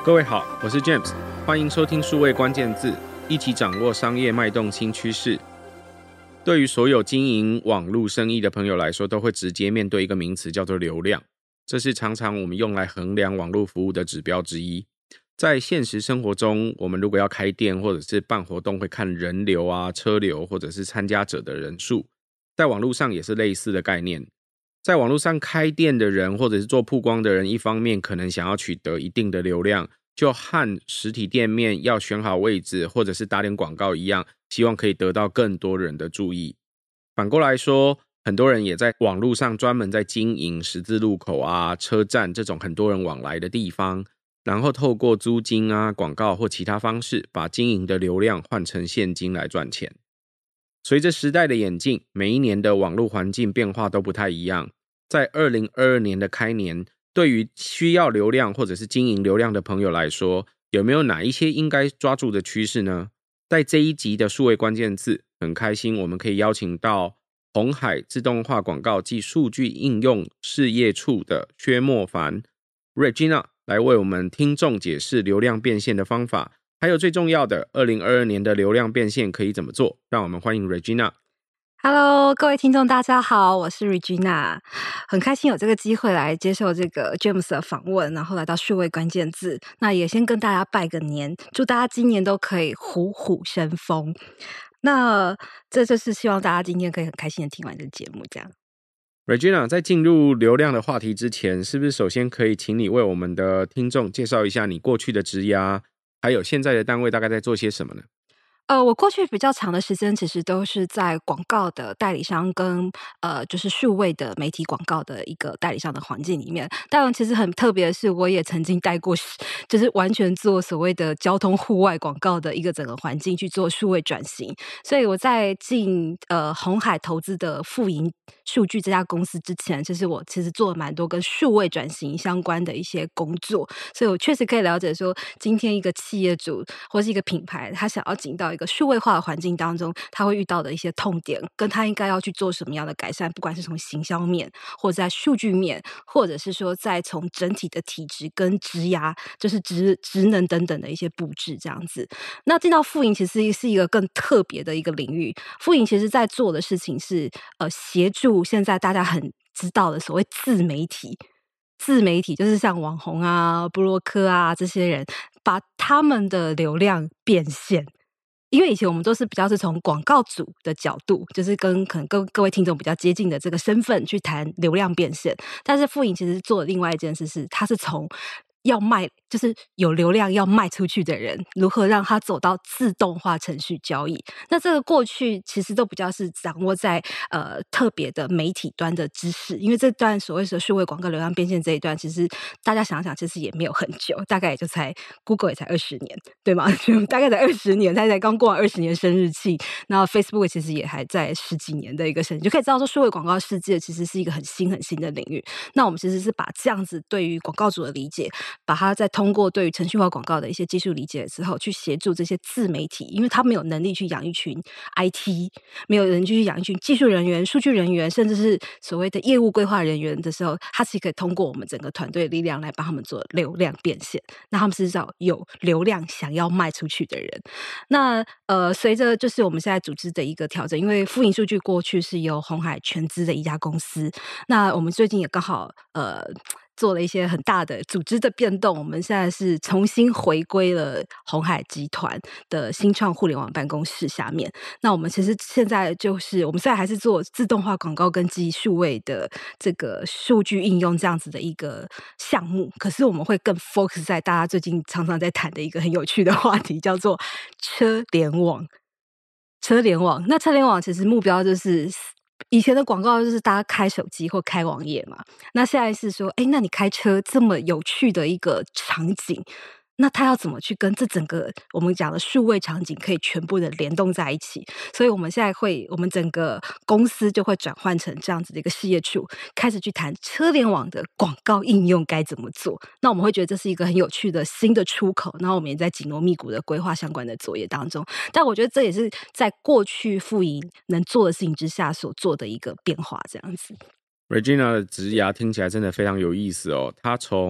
各位好，我是 James， 欢迎收听数位关键字，一起掌握商业脉动新趋势。对于所有经营网络生意的朋友来说，都会直接面对一个名词叫做流量，这是常常我们用来衡量网络服务的指标之一。在现实生活中，我们如果要开店或者是办活动，会看人流啊、车流或者是参加者的人数，在网络上也是类似的概念。在网络上开店的人或者是做曝光的人，一方面可能想要取得一定的流量，就和实体店面要选好位置或者是打点广告一样，希望可以得到更多人的注意。反过来说，很多人也在网络上专门在经营十字路口啊、车站这种很多人往来的地方，然后透过租金啊、广告或其他方式，把经营的流量换成现金来赚钱。随着时代的演进，每一年的网络环境变化都不太一样。在2022年的开年，对于需要流量或者是经营流量的朋友来说，有没有哪一些应该抓住的趋势呢？在这一集的数位关键字，很开心我们可以邀请到鸿海自动化广告及数据应用事业处的薛莫凡 Regina 来为我们听众解释流量变现的方法，还有最重要的2022年的流量变现可以怎么做。让我们欢迎 Regina。Hello， 各位听众大家好，我是 Regina， 很开心有这个机会来接受这个 James 的访问，然后来到数位关键字，那也先跟大家拜个年，祝大家今年都可以虎虎生风。那这就是希望大家今天可以很开心的听完这个节目这样。 Regina， 在进入流量的话题之前，是不是首先可以请你为我们的听众介绍一下你过去的职涯，还有现在的单位大概在做些什么呢？ 我过去比较长的时间其实都是在广告的代理商跟就是数位的媒体广告的一个代理商的环境里面。当然其实很特别的是，我也曾经带过就是完全做所谓的交通户外广告的一个整个环境去做数位转型。所以我在进鸿海投资的富盈数据这家公司之前，其实做了蛮多跟数位转型相关的一些工作，所以我确实可以了解说，今天一个企业主或是一个品牌，他想要进到一个数位化的环境当中，他会遇到的一些痛点，跟他应该要去做什么样的改善，不管是从行销面，或者在数据面，或者是说在从整体的体质跟职涯，就是职能等等的一些布置这样子。那进到富盈其实是一个更特别的一个领域，富盈其实在做的事情是协助现在大家很知道的所谓自媒体就是像网红啊、部落客啊这些人，把他们的流量变现。因为以前我们都是比较是从广告主的角度，就是可能跟各位听众比较接近的这个身份去谈流量变现，但是富盈其实做的另外一件事是，它是从要卖，就是有流量要卖出去的人，如何让他走到自动化程序交易。那这个过去其实都比较是掌握在特别的媒体端的知识，因为这段所谓的数位广告流量变现这一段，其实大家想想，其实也没有很久，大概也就才 Google 也才20年，对吗？大概才20年，它才刚过完20年生日期。然后 Facebook 其实也还在10几年的一个生日，就可以知道说数位广告世界其实是一个很新的领域。那我们其实是把这样子对于广告主的理解，把它再通过对于程序化广告的一些技术理解之后，去协助这些自媒体，因为他没有能力去养一群 IT， 没有人去养一群技术人员、数据人员，甚至是所谓的业务规划人员的时候，他其实可以通过我们整个团队的力量来帮他们做流量变现。那他们是找有流量想要卖出去的人。那随着就是我们现在组织的一个调整，因为富盈数据过去是由鸿海全资的一家公司，那我们最近也刚好做了一些很大的组织的变动，我们现在是重新回归了鸿海集团的新创互联网办公室下面。那我们其实现在就是我们虽然还是做自动化广告跟基数位的这个数据应用这样子的一个项目，可是我们会更 focus 在大家最近常常在谈的一个很有趣的话题，叫做车联网。那车联网其实目标就是以前的广告就是大家开手机或开网页嘛，那现在是说，那你开车这么有趣的一个场景，那他要怎么去跟这整个我们讲的数位场景可以全部的联动在一起？所以我们现在我们整个公司就会转换成这样子的一个事业处，开始去谈车联网的广告应用该怎么做。那我们会觉得这是一个很有趣的新的出口，然后我们也在紧锣密鼓的规划相关的作业当中。但我觉得这也是在过去富盈能做的事情之下所做的一个变化，这样子。 Regina 的职涯听起来真的非常有意思哦，她从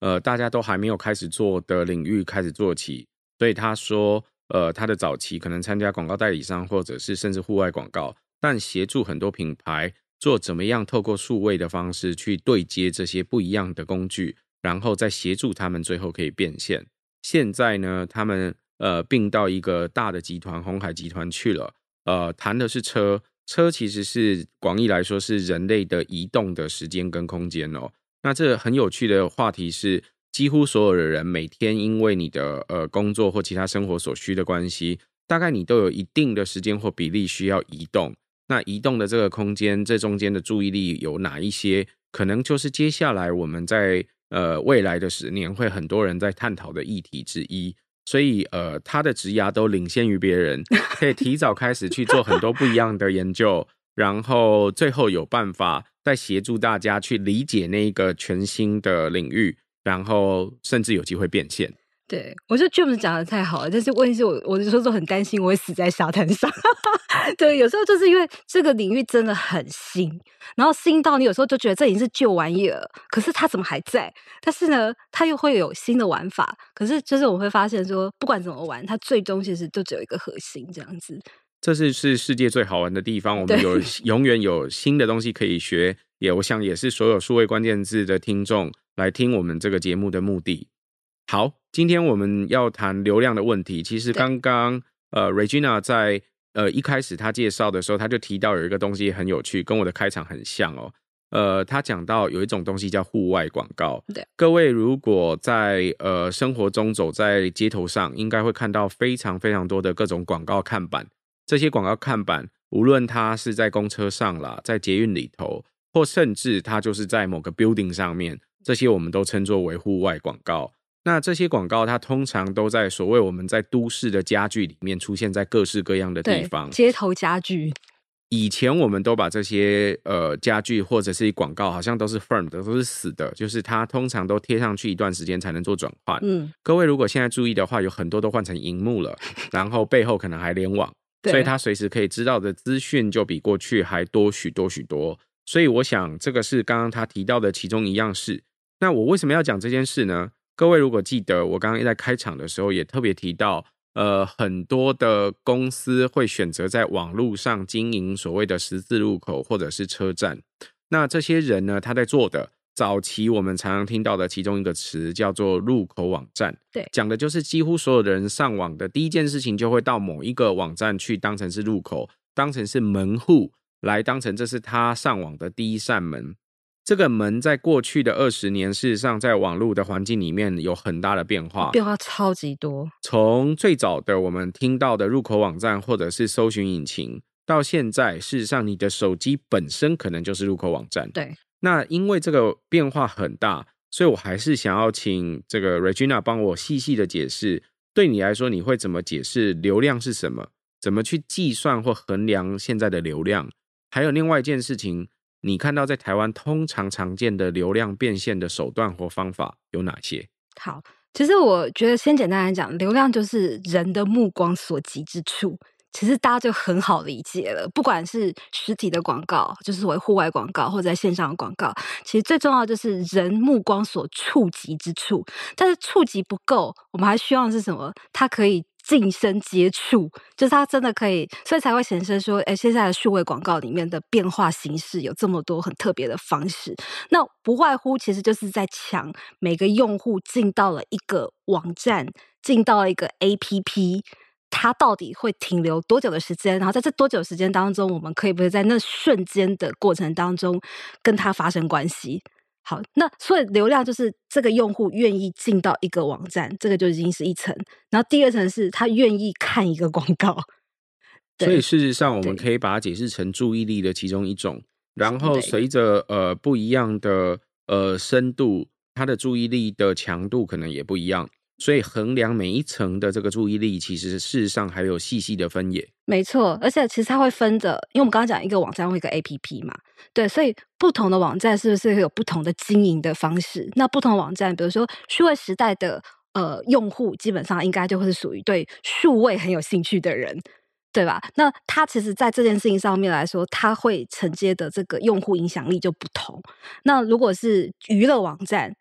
大家都还没有开始做的领域开始做起，所以他说他的早期可能参加广告代理商或者是甚至户外广告，但协助很多品牌做怎么样透过数位的方式去对接这些不一样的工具，然后再协助他们最后可以变现。现在呢，他们并到一个大的集团鸿海集团去了，谈的是车其实是广义来说是人类的移动的时间跟空间哦。那这很有趣的话题是，几乎所有的人每天因为你的工作或其他生活所需的关系，大概你都有一定的时间或比例需要移动。那移动的这个空间，这中间的注意力有哪一些，可能就是接下来我们在未来的10年会很多人在探讨的议题之一。所以他的职涯都领先于别人，可以提早开始去做很多不一样的研究，然后最后有办法再协助大家去理解那一个全新的领域，然后甚至有机会变现。 对，我觉得 James 讲的太好了，但是问题是我有时候都很担心我会死在沙滩上。对，有时候就是因为这个领域真的很新，然后新到你有时候就觉得这已经是旧玩意了，可是它怎么还在？但是呢，它又会有新的玩法。可是就是我会发现说，不管怎么玩，它最终其实就只有一个核心这样子。 这是世界最好玩的地方，我们永远有新的东西可以学，我想也是所有数位关键字的听众来听我们这个节目的目的。好，今天我们要谈流量的问题。其实刚刚Regina 在一开始他介绍的时候，他就提到有一个东西很有趣，跟我的开场很像哦。他讲到有一种东西叫户外广告。 对， 各位如果在生活中走在街头上，应该会看到非常非常多的各种广告看板。这些广告看板，无论它是在公车上啦，在捷运里头，或甚至它就是在某个 building 上面，这些我们都称作为户外广告。那这些广告它通常都在所谓我们在都市的家具里面出现在各式各样的地方， 街头家具。 以前我们都把这些家具或者是广告好像都是 firm 的，都是死的，就是它通常都贴上去一段时间才能做转换。各位如果现在注意的话，有很多都换成萤幕了，然后背后可能还联网，所以它随时可以知道的资讯就比过去还多许多许多。所以我想这个是刚刚他提到的其中一样事。那我为什么要讲这件事呢？各位如果记得我刚刚在开场的时候也特别提到很多的公司会选择在网络上经营所谓的十字路口或者是车站。那这些人呢，他在做的早期我们常常听到的其中一个词叫做入口网站。 对， 讲的就是几乎所有的人上网的第一件事情就会到某一个网站去当成是入口，当成是门户，来当成这是他上网的第一扇门。这个门在过去的20年，事实上在网络的环境里面有很大的变化， 变化超级多。 从最早的我们听到的入口网站或者是搜寻引擎，到现在事实上你的手机本身可能就是入口网站。 对， 那因为这个变化很大，所以我还是想要请这个 Regina 帮我细细的解释，对你来说你会怎么解释流量是什么，怎么去计算或衡量现在的流量，还有另外一件事情，你看到在台湾通常常见的流量变现的手段或方法有哪些？ 好，其实我觉得先简单来讲，流量就是人的目光所及之处，其实大家就很好理解了。不管是实体的广告，就是所谓户外广告，或者在线上的广告，其实最重要的就是人目光所触及之处。但是触及不够，我们还需要的是什么？它可以近身接触，就是它真的可以，所以才会显示说，现在的数位广告里面的变化形式有这么多很特别的方式。那不外乎其实就是在抢每个用户进到了一个网站，进到了一个 APP， 它到底会停留多久的时间？然后在这多久时间当中，我们可以不可以在那瞬间的过程当中跟它发生关系？好，那所以流量就是这个用户愿意进到一个网站，这个就已经是一层。然后第二层是他愿意看一个广告。 所以事实上我们可以把它解释成注意力的其中一种，然后随着不一样的深度，它的注意力的强度可能也不一样。所以衡量每一层的这个注意力，其实事实上还有细细的分野。 没错，而且其实它会分的，因为我们刚刚讲一个网站或一个 APP 嘛，对，所以不同的网站是不是会有不同的经营的方式？那不同的网站，比如说数位时代的用户，基本上应该就会是属于对数位很有兴趣的人，对吧？那他其实在这件事情上面来说，他会承接的这个用户影响力就不同。那如果是娱乐网站，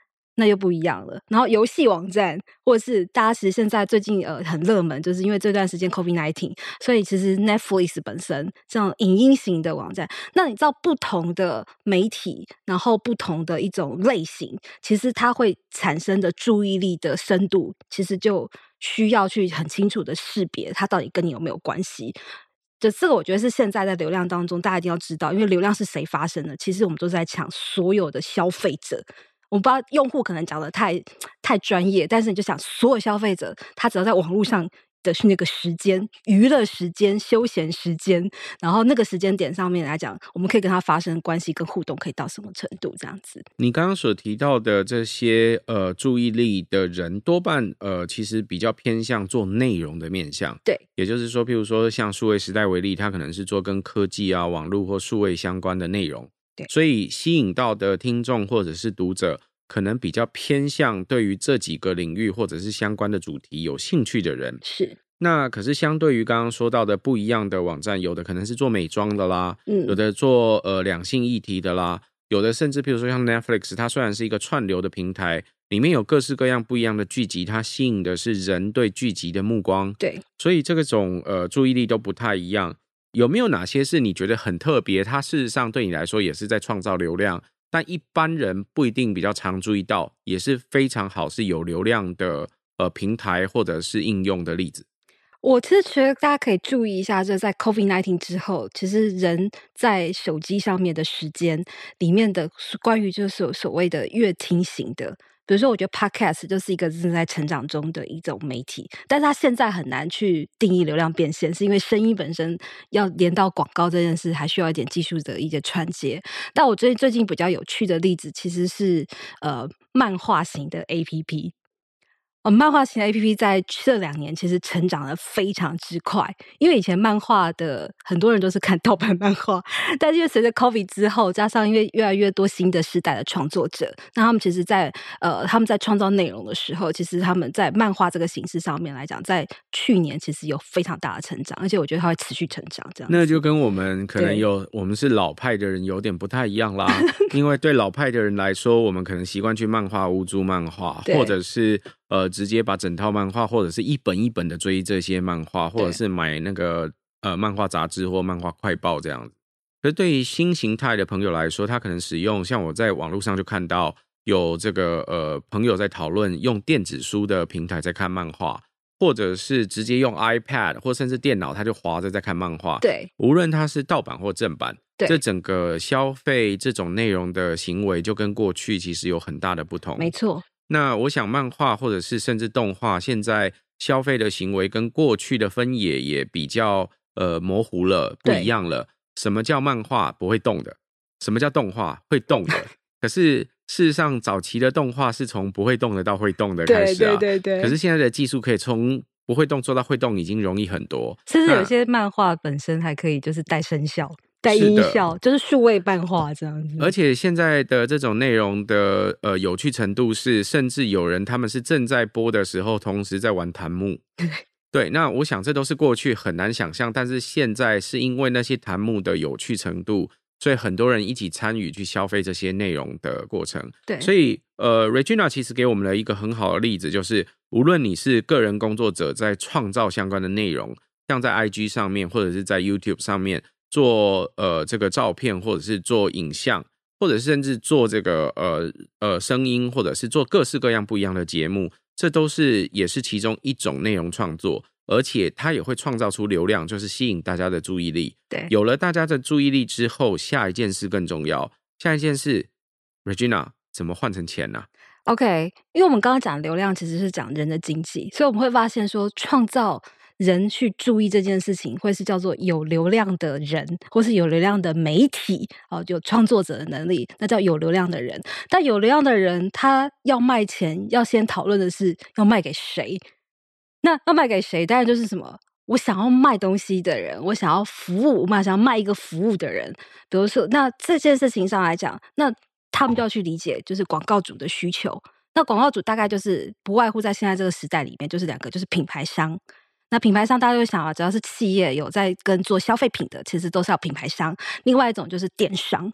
那又不一样了。然后游戏网站，或者是大家其实现在最近很热门，就是因为这段时间 COVID-19， 所以其实 Netflix 本身这样影音型的网站，那你知道不同的媒体，然后不同的一种类型，其实它会产生的注意力的深度，其实就需要去很清楚的识别它到底跟你有没有关系。就这个我觉得是现在在流量当中大家一定要知道，因为流量是谁发生的，其实我们都在抢所有的消费者。我不知道用户可能讲的太专业，但是你就想所有消费者他只要在网络上的是那个时间，娱乐时间、休闲时间，然后那个时间点上面来讲，我们可以跟他发生关系跟互动可以到什么程度这样子。 你刚刚所提到的这些注意力的人，多半其实比较偏向做内容的面向。 对， 也就是说，譬如说像数位时代为例，它可能是做跟科技啊、网络或数位相关的内容。 对， 所以吸引到的听众或者是读者，可能比较偏向对于这几个领域或者是相关的主题有兴趣的人。 是。 那可是相对于刚刚说到的不一样的网站，有的可能是做美妆的啦，有的做两性议题的啦，有的甚至譬如说像 Netflix， 它虽然是一个串流的平台，里面有各式各样不一样的剧集，它吸引的是人对剧集的目光。 对， 所以这种注意力都不太一样。有没有哪些是你觉得很特别，它事实上对你来说也是在创造流量，但一般人不一定比较常注意到，也是非常好是有流量的平台或者是应用的例子？ 我其实觉得大家可以注意一下，就在 COVID-19 之后，其实人在手机上面的时间里面的关于就是所谓的乐听型的，比如说我觉得 Podcast 就是一个正在成长中的一种媒体，但是它现在很难去定义流量变现，是因为声音本身要连到广告这件事还需要一点技术的一些串接。但我最近比较有趣的例子其实是漫画型的 APP。漫画型的 APP 在这2年其实成长得非常之快，因为以前漫画的很多人都是看盗版漫画，但是因为随着 COVID 之后，加上因为越来越多新的世代的创作者，那他们其实在他们在创造内容的时候，其实他们在漫画这个形式上面来讲，在去年其实有非常大的成长，而且我觉得它会持续成长这样子。 那就跟我们可能我们是老派的人有点不太一样啦，因为对老派的人来说，我们可能习惯去漫画屋租漫画，或者是直接把整套漫画或者是一本一本的追这些漫画，或者是买那个漫画杂志或漫画快报这样子。可是对于新形态的朋友来说，他可能使用像我在网络上就看到有这个朋友在讨论用电子书的平台在看漫画，或者是直接用 iPad 或甚至电脑他就滑着在看漫画。 对， 无论它是盗版或正版， 对， 这整个消费这种内容的行为就跟过去其实有很大的不同。 没错。 那我想漫画或者是甚至动画现在消费的行为跟过去的分野也比较模糊了，不一样了。什么叫漫画不会动的？什么叫动画会动的？可是事实上早期的动画是从不会动的到会动的开始啊。 对。 可是现在的技术可以从不会动做到会动已经容易很多， 甚至有些漫画本身还可以就是带声效带音效，就是数位漫画这样子。 而且现在的这种内容的有趣程度是，甚至有人他们是正在播的时候同时在玩弹幕。对，那我想这都是过去很难想象，但是现在是因为那些弹幕的有趣程度，所以很多人一起参与去消费这些内容的过程。 对， 所以Regina 其实给我们了一个很好的例子，就是无论你是个人工作者在创造相关的内容，像在 IG 上面或者是在 YouTube 上面做这个照片，或者是做影像，或者是甚至做这个声音，或者是做各式各样不一样的节目，这都是也是其中一种内容创作，而且它也会创造出流量，就是吸引大家的注意力。 对， 有了大家的注意力之后，下一件事更重要。下一件事 Regina 怎么换成钱呢 ？OK， 因为我们刚刚讲流量其实是讲人的经济，所以我们会发现说创造人去注意这件事情，会是叫做有流量的人，或是有流量的媒体，有创作者的能力，那叫有流量的人。但有流量的人，他要卖钱，要先讨论的是要卖给谁。那要卖给谁？当然就是什么，我想要卖东西的人，我想要服务，我想要卖一个服务的人。比如说，那这件事情上来讲，那他们就要去理解，就是广告主的需求。那广告主大概就是不外乎在现在这个时代里面，就是2个，就是品牌商。那品牌商大家就想只要是企业有在跟做消费品的，其实都是要品牌商。另外一种就是电商。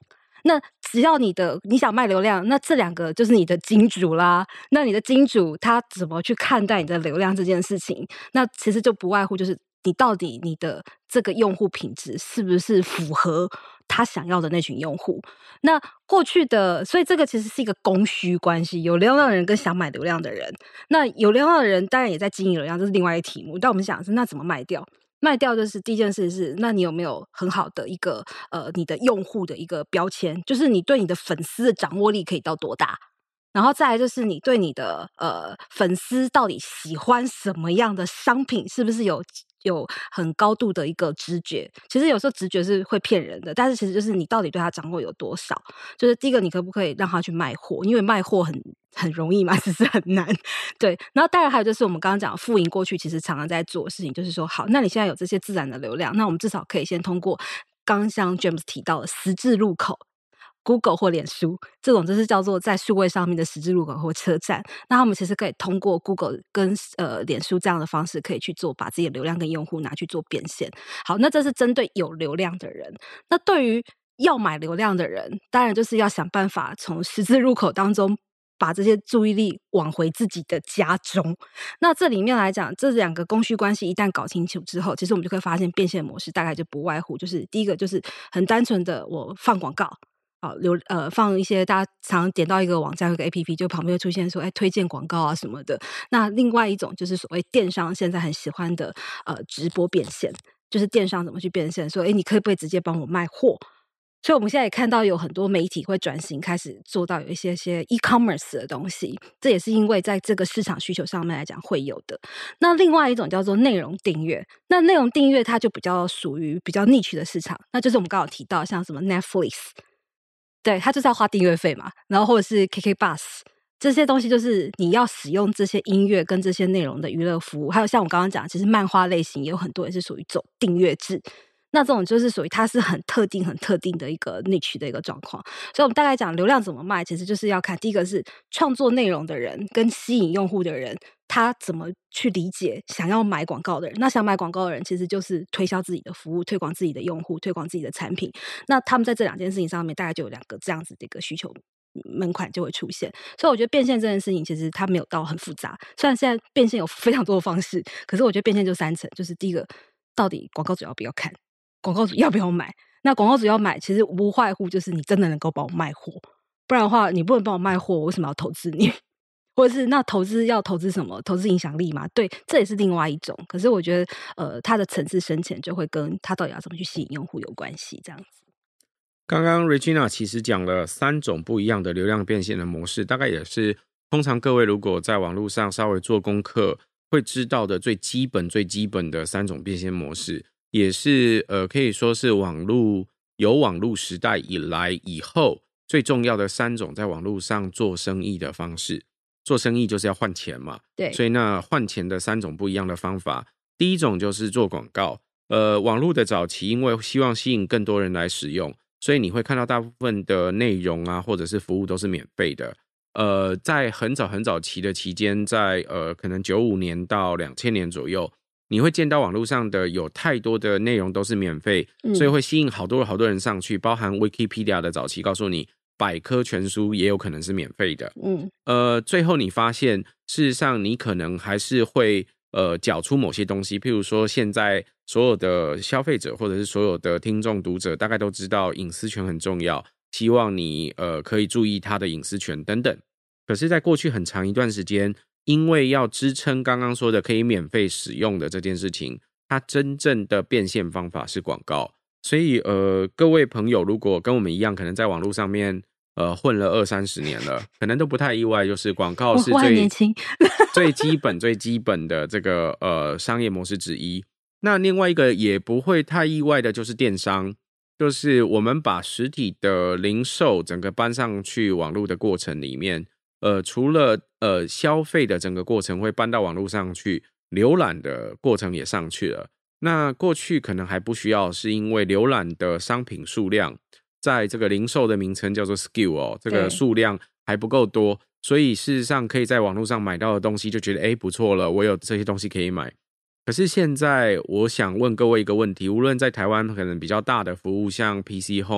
那只要你想卖流量，那这两个就是你的金主啦。那你的金主他怎么去看待你的流量这件事情？那其实就不外乎就是你到底你的这个用户品质是不是符合他想要的那群用户？那过去的，所以这个其实是一个供需关系，有流量的人跟想买流量的人。那有流量的人当然也在经营流量，这是另外一个题目。但我们讲的是那怎么卖掉？卖掉就是第一件事是，那你有没有很好的一个你的用户的一个标签，就是你对你的粉丝的掌握力可以到多大？然后再来就是你对你的粉丝到底喜欢什么样的商品，是不是有很高度的一个直觉？其实有时候直觉是会骗人的，但是其实就是你到底对他掌握有多少。就是第一个，你可不可以让他去卖货？因为卖货很容易嘛，只是很难。对，然后当然还有就是我们刚刚讲副营过去其实常常在做的事情，就是说好，那你现在有这些自然的流量，那我们至少可以先通过刚刚像 James 提到的十字路口。Google 或脸书这种就是叫做在数位上面的十字路口或车站，那他们其实可以通过 Google 跟脸书这样的方式可以去做，把自己的流量跟用户拿去做变现。好，那这是针对有流量的人。那对于要买流量的人，当然就是要想办法从十字路口当中把这些注意力往回自己的家中。那这里面来讲，这两个供需关系一旦搞清楚之后，其实我们就会发现变现模式大概就不外乎就是第一个就是很单纯的我放广告。放一些大家常点到一个网站，一个 APP， 就旁边会出现说，推荐广告啊什么的。那另外一种就是所谓电商现在很喜欢的直播变现，就是电商怎么去变现，说，你可不可以直接帮我卖货？所以我们现在也看到有很多媒体会转型，开始做到有一些e-commerce 的东西，这也是因为在这个市场需求上面来讲会有的。那另外一种叫做内容订阅，那内容订阅它就比较属于比较 niche 的市场，那就是我们刚好提到像什么 Netflix。对，它就是要花订阅费嘛，然后或者是 KKBus 这些东西，就是你要使用这些音乐跟这些内容的娱乐服务，还有像我刚刚讲，其实漫画类型也有很多也是属于走订阅制，那这种就是属于它是很特定的一个 niche 的一个状况。所以我们大概讲流量怎么卖，其实就是要看第一个是创作内容的人跟吸引用户的人，他怎么去理解想要买广告的人。那想买广告的人其实就是推销自己的服务，推广自己的用户，推广自己的产品。那他们在这两件事情上面大概就有两个这样子的一个需求门槛就会出现。所以我觉得变现这件事情其实它没有到很复杂，虽然现在变现有非常多的方式，可是我觉得变现就三层，就是第一个到底广告主要不要看，广告主要不要买。那广告主要买其实无外乎就是你真的能够帮我卖货，不然的话你不能帮我卖货，我为什么要投资你？或者是那投资要投资什么？投资影响力嘛？对，这也是另外一种。可是我觉得它的层次深浅就会跟它到底要怎么去吸引用户有关系这样子。 刚刚 Regina 其实讲了3种不一样的流量变现的模式，大概也是通常各位如果在网络上稍微做功课会知道的最基本的3种变现模式，也是可以说是网络时代以后最重要的3种在网络上做生意的方式。做生意就是要换钱嘛， 对， 所以那换钱的3种不一样的方法，第一种就是做广告。网络的早期因为希望吸引更多人来使用，所以你会看到大部分的内容啊或者是服务都是免费的。在很早期的期间，在可能95年到2000年左右，你会见到网络上的有太多的内容都是免费，所以会吸引好多人上去，包含 Wikipedia 的早期告诉你百科全书也有可能是免费的。最后你发现事实上你可能还是会缴出某些东西，譬如说现在所有的消费者或者是所有的听众读者大概都知道隐私权很重要，希望你可以注意他的隐私权等等。可是在过去很长一段时间，因为要支撑刚刚说的可以免费使用的这件事情，它真正的变现方法是广告。所以各位朋友如果跟我们一样可能在网络上面混了20-30年了，可能都不太意外，就是广告是最基本的这个商业模式之一。那另外一个也不会太意外的就是电商，就是我们把实体的零售整个搬上去网络的过程里面，除了消费的整个过程会搬到网络上去，浏览的过程也上去了。那过去可能还不需要，是因为浏览的商品数量在这个零售的名称叫做 SKU 这个数量还不够多，所以事实上可以在网络上买到的东西就觉得不错了，我有这些东西可以买。可是现在我想问各位一个问题，无论在台湾可能比较大的服务像 PC Home、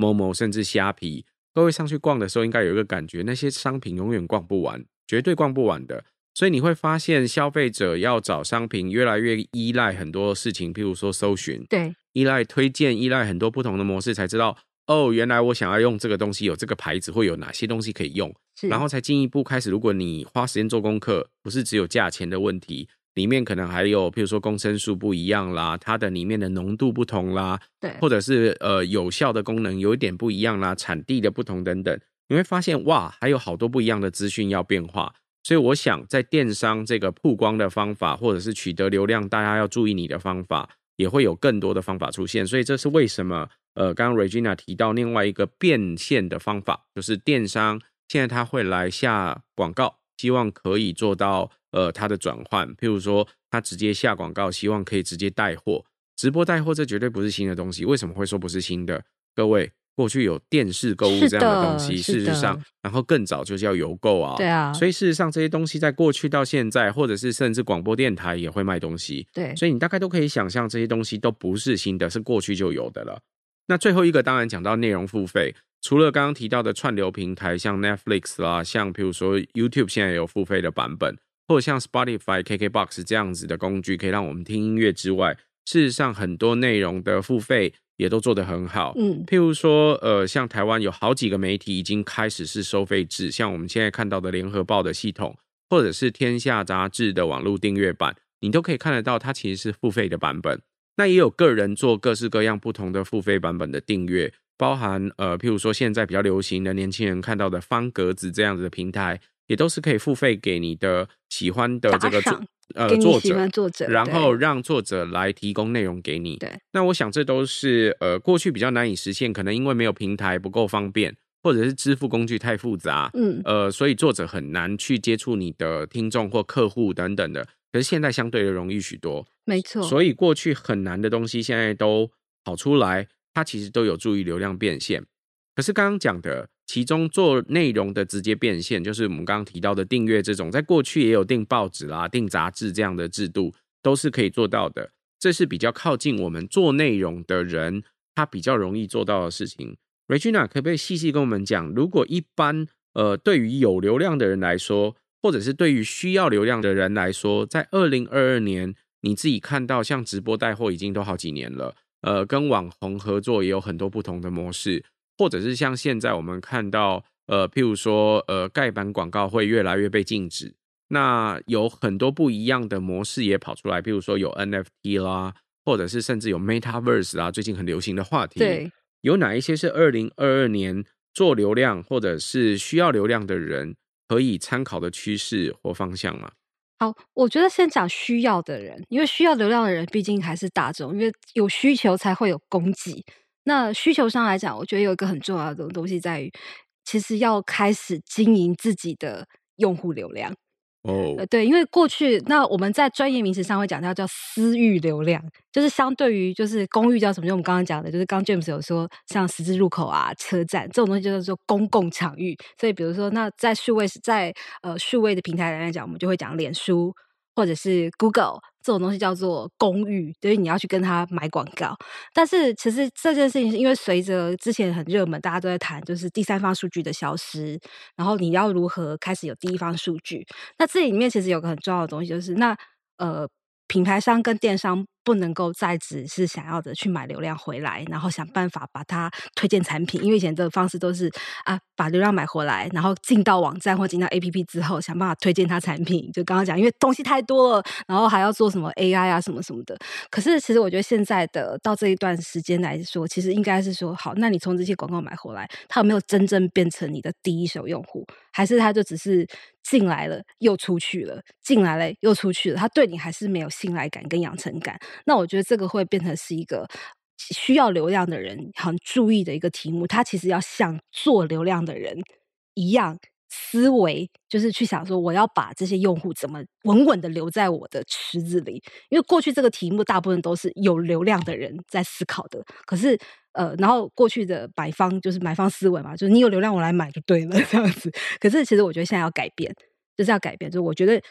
某某甚至虾皮，各位上去逛的时候应该有一个感觉，那些商品永远逛不完，绝对逛不完的。所以你会发现消费者要找商品越来越依赖很多事情，譬如说搜寻， 对， 依赖推荐，依赖很多不同的模式，才知道哦，原来我想要用这个东西，有这个牌子会有哪些东西可以用，然后才进一步开始。如果你花时间做功课，不是只有价钱的问题，里面可能还有譬如说公升数不一样啦，它的里面的浓度不同啦， 对， 或者是有效的功能有一点不一样啦，产地的不同等等，你会发现哇，还有好多不一样的资讯要变化。所以我想在电商这个曝光的方法，或者是取得流量大家要注意你的方法，也会有更多的方法出现。所以这是为什么刚刚 Regina 提到另外一个变现的方法，就是电商现在他会来下广告，希望可以做到它的转换。譬如说他直接下广告，希望可以直接带货，直播带货，这绝对不是新的东西。为什么会说不是新的？各位，过去有电视购物这样的东西，事实上，然后更早就叫邮购啊， 对啊， 所以事实上这些东西在过去到现在，或者是甚至广播电台也会卖东西， 对， 所以你大概都可以想象这些东西都不是新的，是过去就有的了。那最后一个当然讲到内容付费，除了刚刚提到的串流平台，像 Netflix 啦，像比如说 YouTube 现在也有付费的版本，或者像 Spotify、KKBOX 这样子的工具可以让我们听音乐之外，事实上很多内容的付费也都做得很好。譬如说像台湾有好几个媒体已经开始是收费制，像我们现在看到的联合报的系统，或者是天下杂志的网络订阅版，你都可以看得到它其实是付费的版本。那也有个人做各式各样不同的付费版本的订阅，包含譬如说现在比较流行的年轻人看到的方格子这样子的平台，也都是可以付费给你的喜欢的这个作者，然后让作者来提供内容给你。 对， 那我想这都是过去比较难以实现，可能因为没有平台不够方便，或者是支付工具太复杂，所以作者很难去接触你的听众或客户等等的。可是现在相对的容易许多， 没错。 所以过去很难的东西现在都跑出来，它其实都有助于流量变现。可是刚刚讲的其中做内容的直接变现，就是我们刚刚提到的订阅这种，在过去也有订报纸啦、订杂志这样的制度，都是可以做到的。这是比较靠近我们做内容的人，他比较容易做到的事情。Regina 可不可以细细跟我们讲，如果一般对于有流量的人来说，或者是对于需要流量的人来说，在2022年你自己看到像直播带货已经都好几年了，跟网红合作也有很多不同的模式，或者是像现在我们看到譬如说盖板广告会越来越被禁止，那有很多不一样的模式也跑出来，譬如说有 NFT 啦，或者是甚至有 Metaverse 啦，最近很流行的话题。 对， 有哪一些是2022年做流量或者是需要流量的人可以参考的趋势或方向吗？ 好，我觉得先讲需要的人，因为需要流量的人毕竟还是大众，因为有需求才会有供给。那需求上来讲，我觉得有一个很重要的东西在于，其实要开始经营自己的用户流量。对，因为过去那我们在专业名词上会讲到叫私域流量，就是相对于就是公域叫什么？就我们刚刚讲的，就是刚 James 有说像十字路口啊、车站这种东西就叫做公共场域。所以比如说，那在数位的平台来讲，我们就会讲脸书或者是 Google 这种东西叫做公域，就是你要去跟他买广告。但是其实这件事情是因为随着之前很热门，大家都在谈就是第三方数据的消失，然后你要如何开始有第一方数据。那这里面其实有个很重要的东西，就是品牌商跟电商不能够再只是想要的去买流量回来，然后想办法把它推荐产品。因为以前的方式都是把流量买回来，然后进到网站或进到 APP 之后，想办法推荐它产品。就刚刚讲，因为东西太多了，然后还要做什么 AI 啊什么什么的。可是其实我觉得现在的到这一段时间来说，其实应该是说，好，那你从这些广告买回来，它有没有真正变成你的第一手用户，还是它就只是进来了又出去了，进来了又出去了，它对你还是没有信赖感跟养成感。那我觉得这个会变成是一个需要流量的人很注意的一个题目，他其实要像做流量的人一样思维，就是去想说我要把这些用户怎么稳稳的留在我的池子里。因为过去这个题目大部分都是有流量的人在思考的，可是然后过去的买方就是买方思维嘛，就是你有流量我来买就对了这样子。可是其实我觉得现在要改变，就是要改变，就是我觉得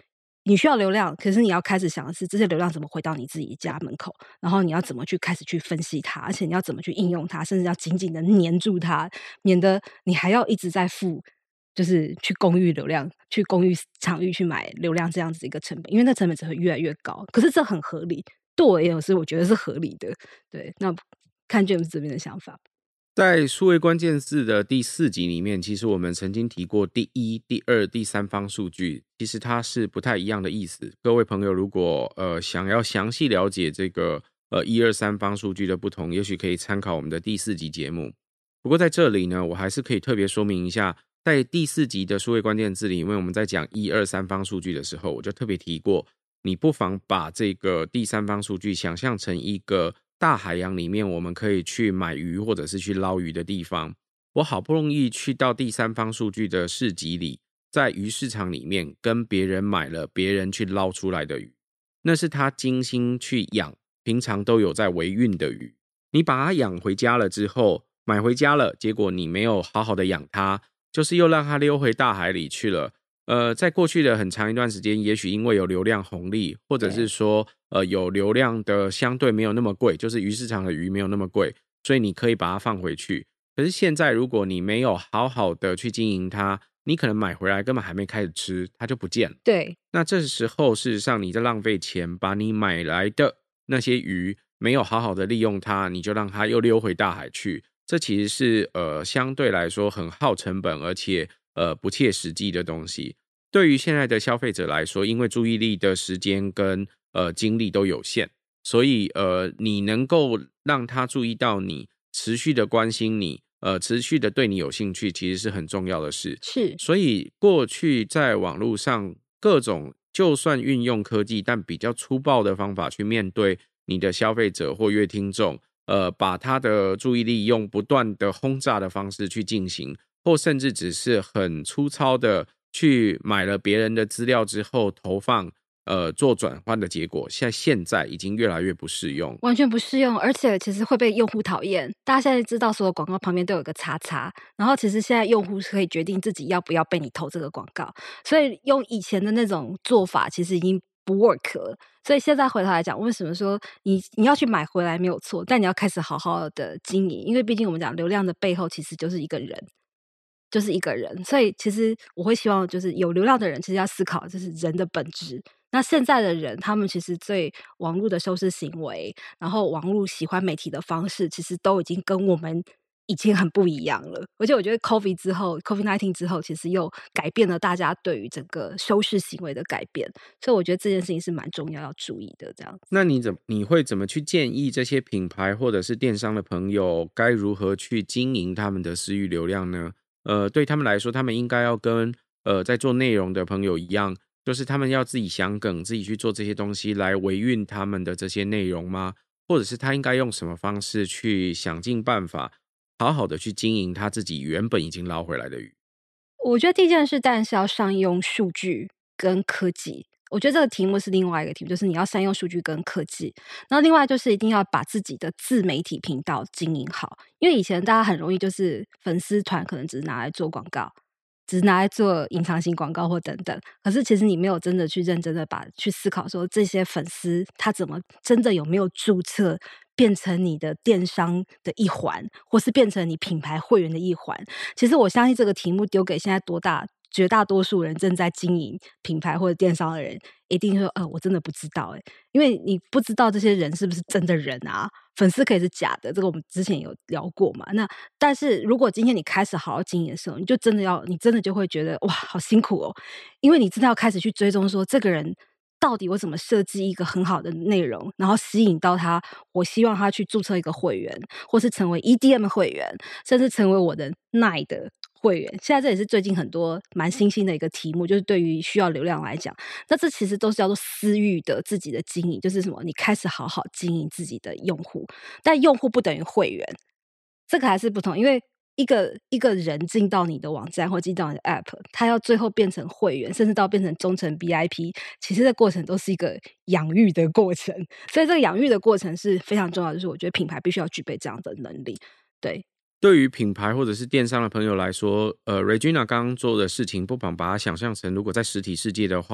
你需要流量，可是你要开始想的是这些流量怎么回到你自己家门口，然后你要怎么去开始去分析它，而且你要怎么去应用它，甚至要紧紧的黏住它，免得你还要一直在付就是去公寓流量、去公寓场域去买流量这样子的一个成本，因为那成本只会越来越高。可是这很合理，对我而言是我觉得是合理的。对，那看 James 这边的想法。 在数位关键字的第4集里面，其实我们曾经提过第一、第二、第三方数据，其实它是不太一样的意思。各位朋友如果想要详细了解这个1、2、3方数据的不同，也许可以参考我们的第4集节目。不过在这里呢，我还是可以特别说明一下，在第4集的数位关键字里，因为我们在讲1、2、3方数据的时候，我就特别提过，你不妨把这个第3方数据想象成一个大海洋里面我们可以去买鱼或者是去捞鱼的地方。我好不容易去到第3方数据的市集里，在鱼市场里面跟别人买了别人去捞出来的鱼，那是他精心去养，平常都有在维运的鱼。你把它养回家了之后，买回家了，结果你没有好好的养它，就是又让它溜回大海里去了。在过去的很长一段时间，也许因为有流量红利，或者是说有流量的相对没有那么贵，就是鱼市场的鱼没有那么贵，所以你可以把它放回去。可是现在如果你没有好好的去经营它，你可能买回来根本还没开始吃，它就不见了。 对， 那这时候事实上你在浪费钱，把你买来的那些鱼没有好好的利用它，你就让它又溜回大海去，这其实是相对来说很耗成本，而且不切实际的东西。对于现在的消费者来说，因为注意力的时间跟精力都有限，所以你能够让他注意到你，持续的关心你，持续的对你有兴趣，其实是很重要的事。 是所以过去在网络上各种就算运用科技，但比较粗暴的方法去面对你的消费者或阅听众，把他的注意力用不断的轰炸的方式去进行，或甚至只是很粗糙的去买了别人的资料之后投放做转换的结果，现在已经越来越不适用。 完全不适用，而且其实会被用户讨厌。大家现在知道所有广告旁边都有个叉叉，然后其实现在用户是可以决定自己要不要被你投这个广告，所以用以前的那种做法其实已经不 work 了。所以现在回头来讲，为什么说你要去买回来没有错，但你要开始好好的经营，因为毕竟我们讲流量的背后其实就是一个人。就是一个人，所以其实我会希望，就是有流量的人，其实要思考就是人的本质。那现在的人，他们其实对网络的收视行为，然后网络喜欢媒体的方式，其实都已经跟我们以前很不一样了。而且我觉得 COVID-19 之后，其实又改变了大家对于整个收视行为的改变，所以我觉得这件事情是蛮重要要注意的。这样子， 那你会怎么去建议这些品牌或者是电商的朋友该如何去经营他们的私域流量呢？对他们来说，他们应该要跟在做内容的朋友一样，就是他们要自己想梗，自己去做这些东西来维运他们的这些内容吗？或者是他应该用什么方式去想尽办法，好好的去经营他自己原本已经捞回来的鱼？ 我觉得第一件事当然是要善用数据跟科技。我觉得这个题目是另外一个题目，就是你要善用数据跟科技。然后另外就是一定要把自己的自媒体频道经营好，因为以前大家很容易就是粉丝团可能只是拿来做广告，只是拿来做隐藏型广告或等等。可是其实你没有真的去认真的去思考说这些粉丝他怎么真的有没有注册变成你的电商的一环，或是变成你品牌会员的一环。其实我相信这个题目丢给现在绝大多数人正在经营品牌或者电商的人，一定说我真的不知道因为你不知道这些人是不是真的人啊，粉丝可以是假的，这个我们之前有聊过嘛。那但是如果今天你开始好好经营的时候，你真的就会觉得哇好辛苦因为你真的要开始去追踪说这个人到底我怎么设计一个很好的内容，然后吸引到他，我希望他去注册一个会员，或是成为 EDM 会员，甚至成为我的 NINE 的会员。现在这也是最近很多蛮新兴的一个题目，就是对于需要流量来讲，那这其实都是叫做私域的自己的经营，就是什么你开始好好经营自己的用户，但用户不等于会员，这个还是不同。因为一个人进到你的网站或进到你的 App， 他要最后变成会员，甚至到变成忠诚 VIP， 其实这过程都是一个养育的过程。所以这个养育的过程是非常重要的，就是我觉得品牌必须要具备这样的能力。对， 对于品牌或者是电商的朋友来说，Regina 刚刚做的事情，不妨把它想象成，如果在实体世界的话，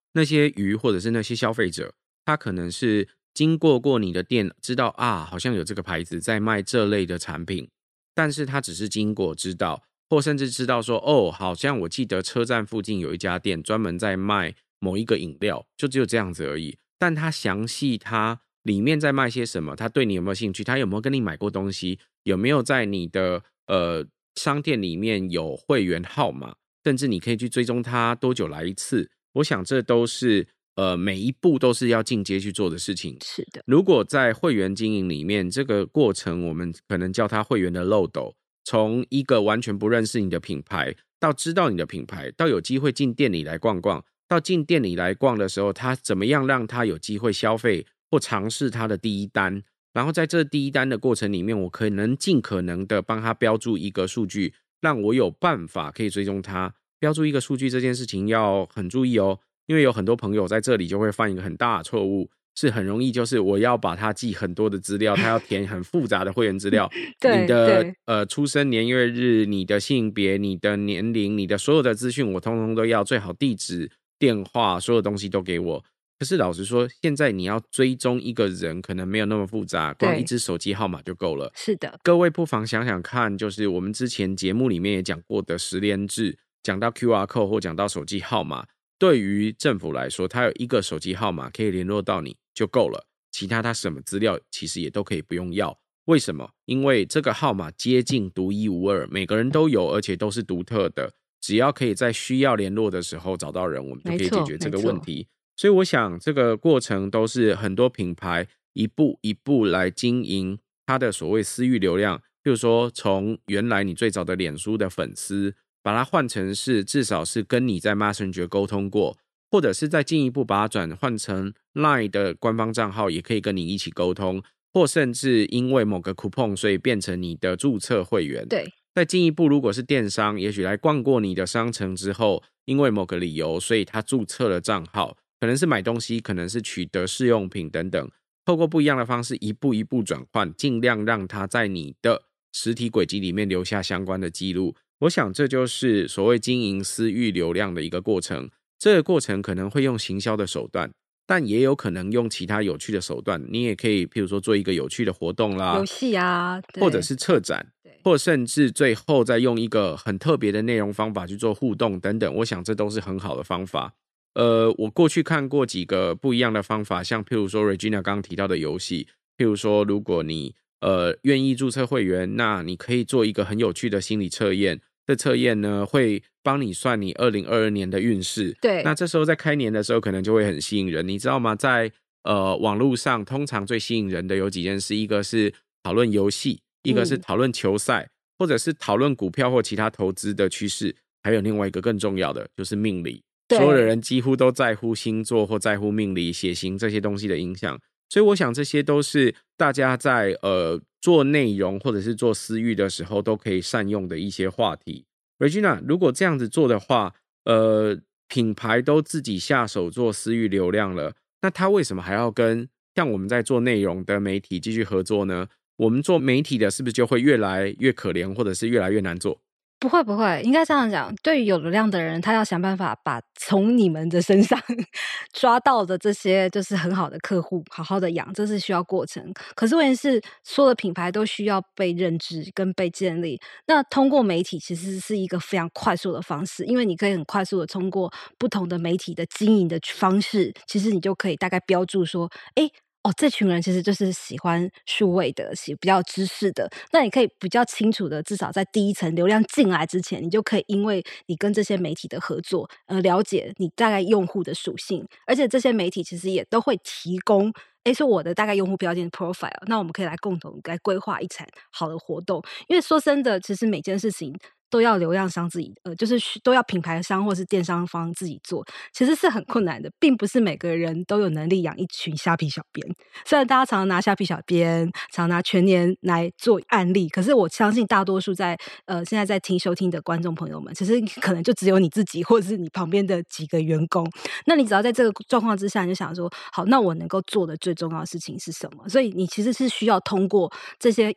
那些鱼或者是那些消费者，他可能是经过你的店，知道啊，好像有这个牌子在卖这类的产品，但是他只是经过知道，或甚至知道说，哦，好像我记得车站附近有一家店专门在卖某一个饮料，就只有这样子而已。但他详细他里面在卖些什么，他对你有没有兴趣，他有没有跟你买过东西，有没有在你的商店里面有会员号码，甚至你可以去追踪他多久来一次。我想这都是每一步都是要进阶去做的事情。 是的， 如果在会员经营里面，这个过程我们可能叫它会员的漏斗，从一个完全不认识你的品牌，到知道你的品牌，到有机会进店里来逛逛，到进店里来逛的时候，他怎么样让他有机会消费或尝试他的第一单，然后在这第一单的过程里面，我可能尽可能的帮他标注一个数据，让我有办法可以追踪他。标注一个数据这件事情要很注意哦，因为有很多朋友在这里就会犯一个很大的错误，是很容易就是我要把他记很多的资料，他要填很复杂的会员资料你的出生年月日，你的性别，你的年龄，你的所有的资讯我通通都要，最好地址电话所有东西都给我。可是老实说，现在你要追踪一个人可能没有那么复杂，光一支手机号码就够了。 是的， 各位不妨想想看，就是我们之前节目里面也讲过的实联制，讲到 QR code 或讲到手机号码，对于政府来说，它有一个手机号码可以联络到你就够了，其他它什么资料其实也都可以不用要。为什么？因为这个号码接近独一无二，每个人都有，而且都是独特的，只要可以在需要联络的时候找到人，我们就可以解决这个问题。所以我想这个过程都是很多品牌一步一步来经营它的所谓私域流量，譬如说从原来你最早的脸书的粉丝，把它换成是至少是跟你在 Messenger 沟通过，或者是再进一步把它转换成 LINE 的官方账号，也可以跟你一起沟通，或甚至因为某个 coupon 所以变成你的注册会员。 对， 再进一步，如果是电商，也许来逛过你的商城之后，因为某个理由，所以他注册了账号，可能是买东西，可能是取得试用品等等，透过不一样的方式一步一步转换，尽量让他在你的实体轨迹里面留下相关的记录。我想这就是所谓经营私域流量的一个过程。这个过程可能会用行销的手段，但也有可能用其他有趣的手段。你也可以譬如说做一个有趣的活动啦， 游戏啊， 或者是策展，或甚至最后再用一个很特别的内容方法去做互动等等。我想这都是很好的方法。我过去看过几个不一样的方法，像譬如说 Regina 刚刚提到的游戏，譬如说如果你愿意注册会员，那你可以做一个很有趣的心理测验。这测验呢会帮你算你2022年的运势。 对， 那这时候在开年的时候可能就会很吸引人，你知道吗？在网络上通常最吸引人的有几件事，一个是讨论游戏，一个是讨论球赛，或者是讨论股票或其他投资的趋势，还有另外一个更重要的就是命理。所有的人几乎都在乎星座或在乎命理、血型这些东西的影响，所以我想这些都是大家在做内容或者是做私域的时候都可以善用的一些话题。Regina， 如果这样子做的话，品牌都自己下手做私域流量了，那他为什么还要跟像我们在做内容的媒体继续合作呢？我们做媒体的是不是就会越来越可怜，或者是越来越难做？ 不会不会，应该这样讲，对于有流量的人，他要想办法把从你们的身上抓到的这些就是很好的客户好好的养，这是需要过程。可是问题是所有的品牌都需要被认知跟被建立，那通过媒体其实是一个非常快速的方式，因为你可以很快速的通过不同的媒体的经营的方式，其实你就可以大概标注说这群人其实就是喜欢数位的，比较知识的，那你可以比较清楚的，至少在第一层流量进来之前，你就可以因为你跟这些媒体的合作，了解你大概用户的属性，而且这些媒体其实也都会提供说我的大概用户标签 profile， 那我们可以来共同来规划一场好的活动。因为说真的，其实每件事情都要流量商自己就是都要品牌商或是电商方自己做，其实是很困难的，并不是每个人都有能力养一群虾皮小编。虽然大家常常拿虾皮小编，常拿全年来做案例，可是我相信大多数现在在收听的观众朋友们，其实可能就只有你自己或者是你旁边的几个员工。那你只要在这个状况之下，你就想说，好，那我能够做的最重要的事情是什么？所以你其实是需要通过这些有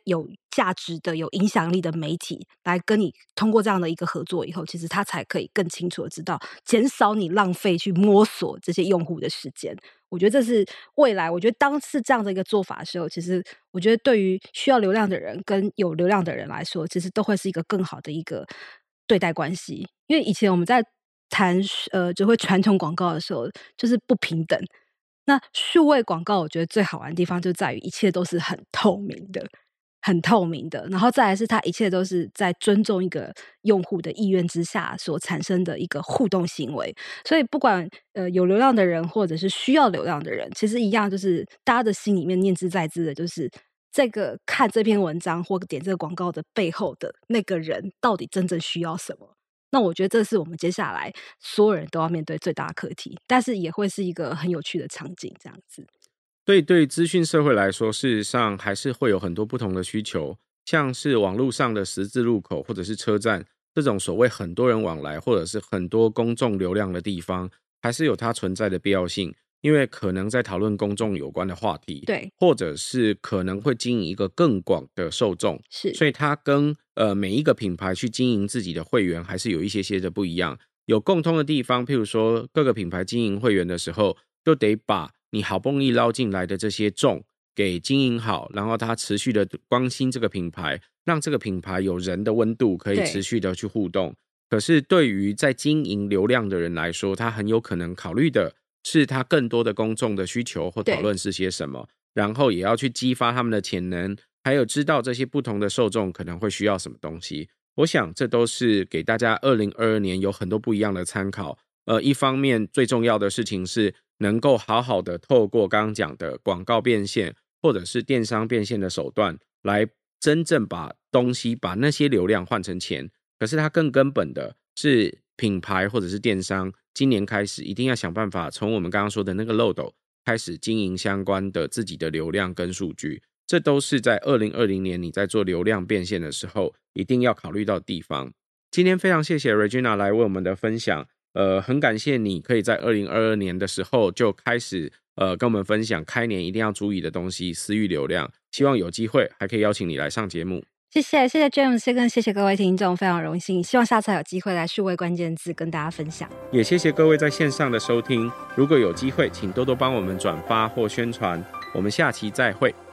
价值的、有影响力的媒体来跟你通过这样的一个合作以后，其实他才可以更清楚的知道，减少你浪费去摸索这些用户的时间。我觉得这是未来，我觉得当是这样的一个做法的时候，其实我觉得对于需要流量的人跟有流量的人来说，其实都会是一个更好的一个对待关系。因为以前我们在谈就会传统广告的时候，就是不平等。那数位广告，我觉得最好玩的地方就在于一切都是很透明的，很透明的。然后再来是它一切都是在尊重一个用户的意愿之下所产生的一个互动行为。所以不管有流量的人或者是需要流量的人，其实一样，就是大家的心里面念之在之的，就是这个看这篇文章或点这个广告的背后的那个人到底真正需要什么。那我觉得这是我们接下来所有人都要面对最大的课题，但是也会是一个很有趣的场景，这样子。 所以对资讯社会来说，事实上还是会有很多不同的需求，像是网络上的十字路口或者是车站这种所谓很多人往来或者是很多公众流量的地方，还是有它存在的必要性。因为可能在讨论公众有关的话题， 对， 或者是可能会经营一个更广的受众， 是， 所以它跟每一个品牌去经营自己的会员还是有一些的不一样。有共通的地方，譬如说各个品牌经营会员的时候，就得把你好不容易捞进来的这些众给经营好，然后他持续的关心这个品牌，让这个品牌有人的温度，可以持续的去互动。可是对于在经营流量的人来说，他很有可能考虑的是他更多的公众的需求或讨论是些什么，然后也要去激发他们的潜能，还有知道这些不同的受众可能会需要什么东西。我想这都是给大家2022年有很多不一样的参考。一方面最重要的事情是能够好好的透过刚刚讲的广告变现或者是电商变现的手段，来真正把东西把那些流量换成钱。可是它更根本的是品牌或者是电商今年开始一定要想办法从我们刚刚说的那个漏斗开始经营相关的自己的流量跟数据。这都是在2020年你在做流量变现的时候一定要考虑到的地方。今天非常谢谢 Regina 来为我们的分享，很感谢你可以在2022年的时候就开始跟我们分享开年一定要注意的东西，私域流量。希望有机会还可以邀请你来上节目。 谢谢 James， 更谢谢各位听众，非常荣幸，希望下次还有机会来数位关键字跟大家分享。 也谢谢各位在线上的收听，如果有机会请多多帮我们转发或宣传，我们下期再会。